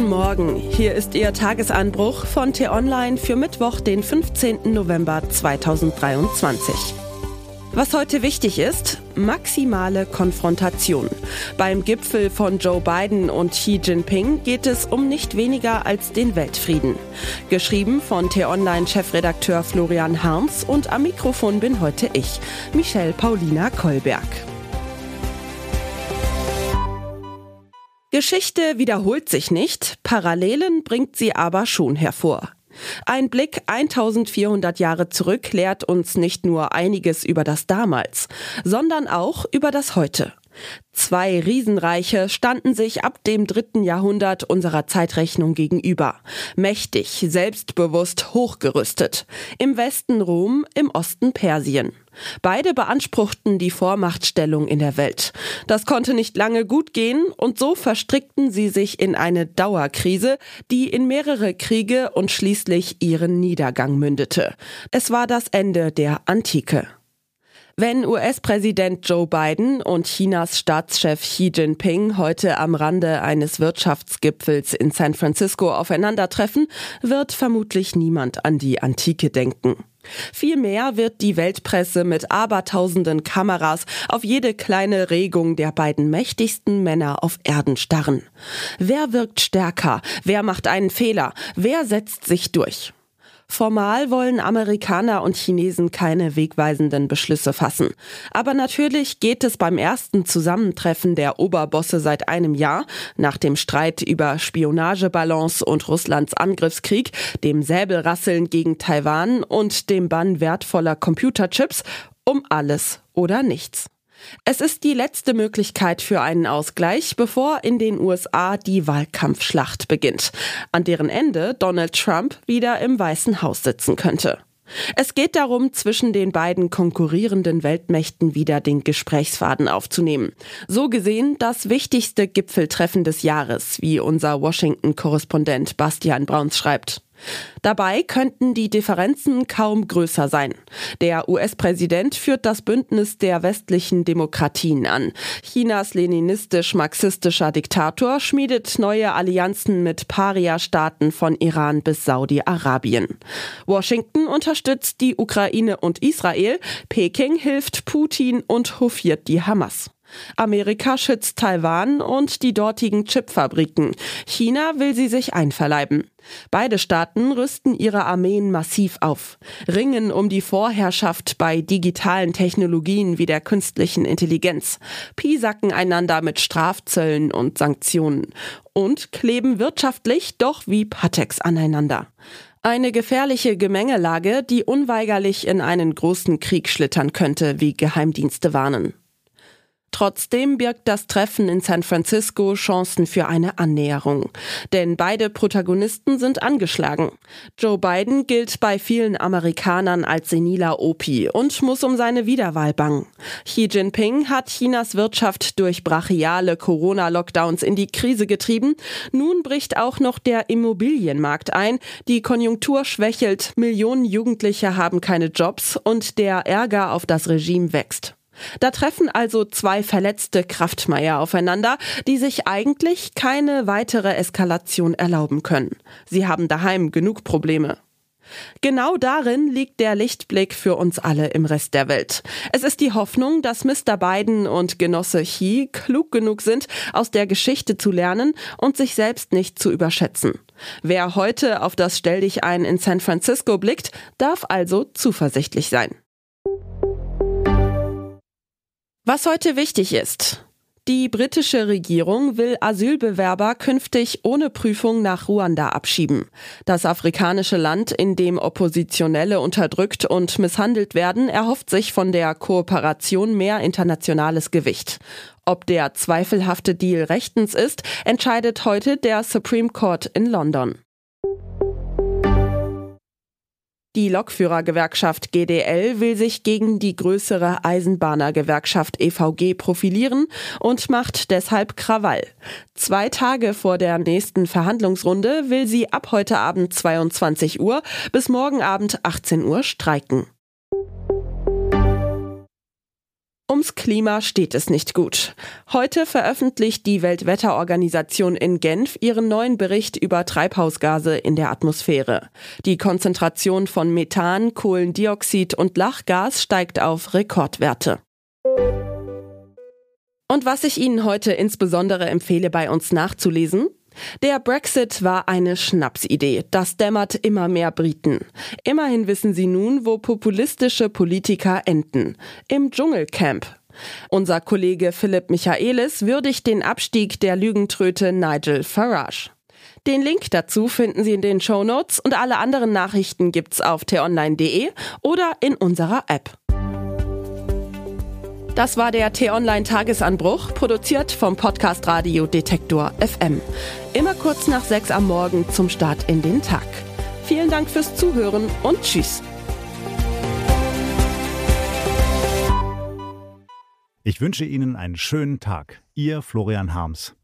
Guten Morgen, hier ist Ihr Tagesanbruch von T-Online für Mittwoch, den 15. November 2023. Was heute wichtig ist: maximale Konfrontation. Beim Gipfel von Joe Biden und Xi Jinping geht es um nicht weniger als den Weltfrieden. Geschrieben von T-Online-Chefredakteur Florian Harms und am Mikrofon bin heute ich, Michelle Paulina Kolberg. Geschichte wiederholt sich nicht, Parallelen bringt sie aber schon hervor. Ein Blick 1400 Jahre zurück lehrt uns nicht nur einiges über das Damals, sondern auch über das Heute. Zwei Riesenreiche standen sich ab dem 3. Jahrhundert unserer Zeitrechnung gegenüber. Mächtig, selbstbewusst, hochgerüstet. Im Westen Rom, im Osten Persien. Beide beanspruchten die Vormachtstellung in der Welt. Das konnte nicht lange gut gehen und so verstrickten sie sich in eine Dauerkrise, die in mehrere Kriege und schließlich ihren Niedergang mündete. Es war das Ende der Antike. Wenn US-Präsident Joe Biden und Chinas Staatschef Xi Jinping heute am Rande eines Wirtschaftsgipfels in San Francisco aufeinandertreffen, wird vermutlich niemand an die Antike denken. Vielmehr wird die Weltpresse mit abertausenden Kameras auf jede kleine Regung der beiden mächtigsten Männer auf Erden starren. Wer wirkt stärker? Wer macht einen Fehler? Wer setzt sich durch? Formal wollen Amerikaner und Chinesen keine wegweisenden Beschlüsse fassen. Aber natürlich geht es beim ersten Zusammentreffen der Oberbosse seit einem Jahr, nach dem Streit über Spionageballons und Russlands Angriffskrieg, dem Säbelrasseln gegen Taiwan und dem Bann wertvoller Computerchips, um alles oder nichts. Es ist die letzte Möglichkeit für einen Ausgleich, bevor in den USA die Wahlkampfschlacht beginnt, an deren Ende Donald Trump wieder im Weißen Haus sitzen könnte. Es geht darum, zwischen den beiden konkurrierenden Weltmächten wieder den Gesprächsfaden aufzunehmen. So gesehen das wichtigste Gipfeltreffen des Jahres, wie unser Washington-Korrespondent Bastian Brauns schreibt. Dabei könnten die Differenzen kaum größer sein. Der US-Präsident führt das Bündnis der westlichen Demokratien an. Chinas leninistisch-marxistischer Diktator schmiedet neue Allianzen mit Paria-Staaten von Iran bis Saudi-Arabien. Washington unterstützt die Ukraine und Israel, Peking hilft Putin und hofiert die Hamas. Amerika schützt Taiwan und die dortigen Chipfabriken. China will sie sich einverleiben. Beide Staaten rüsten ihre Armeen massiv auf, ringen um die Vorherrschaft bei digitalen Technologien wie der künstlichen Intelligenz, piesacken einander mit Strafzöllen und Sanktionen und kleben wirtschaftlich doch wie Patex aneinander. Eine gefährliche Gemengelage, die unweigerlich in einen großen Krieg schlittern könnte, wie Geheimdienste warnen. Trotzdem birgt das Treffen in San Francisco Chancen für eine Annäherung. Denn beide Protagonisten sind angeschlagen. Joe Biden gilt bei vielen Amerikanern als seniler Opi und muss um seine Wiederwahl bangen. Xi Jinping hat Chinas Wirtschaft durch brachiale Corona-Lockdowns in die Krise getrieben. Nun bricht auch noch der Immobilienmarkt ein. Die Konjunktur schwächelt, Millionen Jugendliche haben keine Jobs und der Ärger auf das Regime wächst. Da treffen also zwei verletzte Kraftmeier aufeinander, die sich eigentlich keine weitere Eskalation erlauben können. Sie haben daheim genug Probleme. Genau darin liegt der Lichtblick für uns alle im Rest der Welt. Es ist die Hoffnung, dass Mr. Biden und Genosse Xi klug genug sind, aus der Geschichte zu lernen und sich selbst nicht zu überschätzen. Wer heute auf das Stelldichein in San Francisco blickt, darf also zuversichtlich sein. Was heute wichtig ist: Die britische Regierung will Asylbewerber künftig ohne Prüfung nach Ruanda abschieben. Das afrikanische Land, in dem Oppositionelle unterdrückt und misshandelt werden, erhofft sich von der Kooperation mehr internationales Gewicht. Ob der zweifelhafte Deal rechtens ist, entscheidet heute der Supreme Court in London. Die Lokführergewerkschaft GDL will sich gegen die größere Eisenbahnergewerkschaft EVG profilieren und macht deshalb Krawall. 2 Tage vor der nächsten Verhandlungsrunde will sie ab heute Abend 22 Uhr bis morgen Abend 18 Uhr streiken. Ums Klima steht es nicht gut. Heute veröffentlicht die Weltwetterorganisation in Genf ihren neuen Bericht über Treibhausgase in der Atmosphäre. Die Konzentration von Methan, Kohlendioxid und Lachgas steigt auf Rekordwerte. Und was ich Ihnen heute insbesondere empfehle, bei uns nachzulesen: Der Brexit war eine Schnapsidee. Das dämmert immer mehr Briten. Immerhin wissen sie nun, wo populistische Politiker enden: Im Dschungelcamp. Unser Kollege Philipp Michaelis würdigt den Abstieg der Lügentröte Nigel Farage. Den Link dazu finden Sie in den Shownotes und alle anderen Nachrichten gibt's auf t-online.de oder in unserer App. Das war der T-Online-Tagesanbruch, produziert vom Podcast Radio Detektor FM. Immer kurz nach 6 am Morgen zum Start in den Tag. Vielen Dank fürs Zuhören und tschüss. Ich wünsche Ihnen einen schönen Tag. Ihr Florian Harms.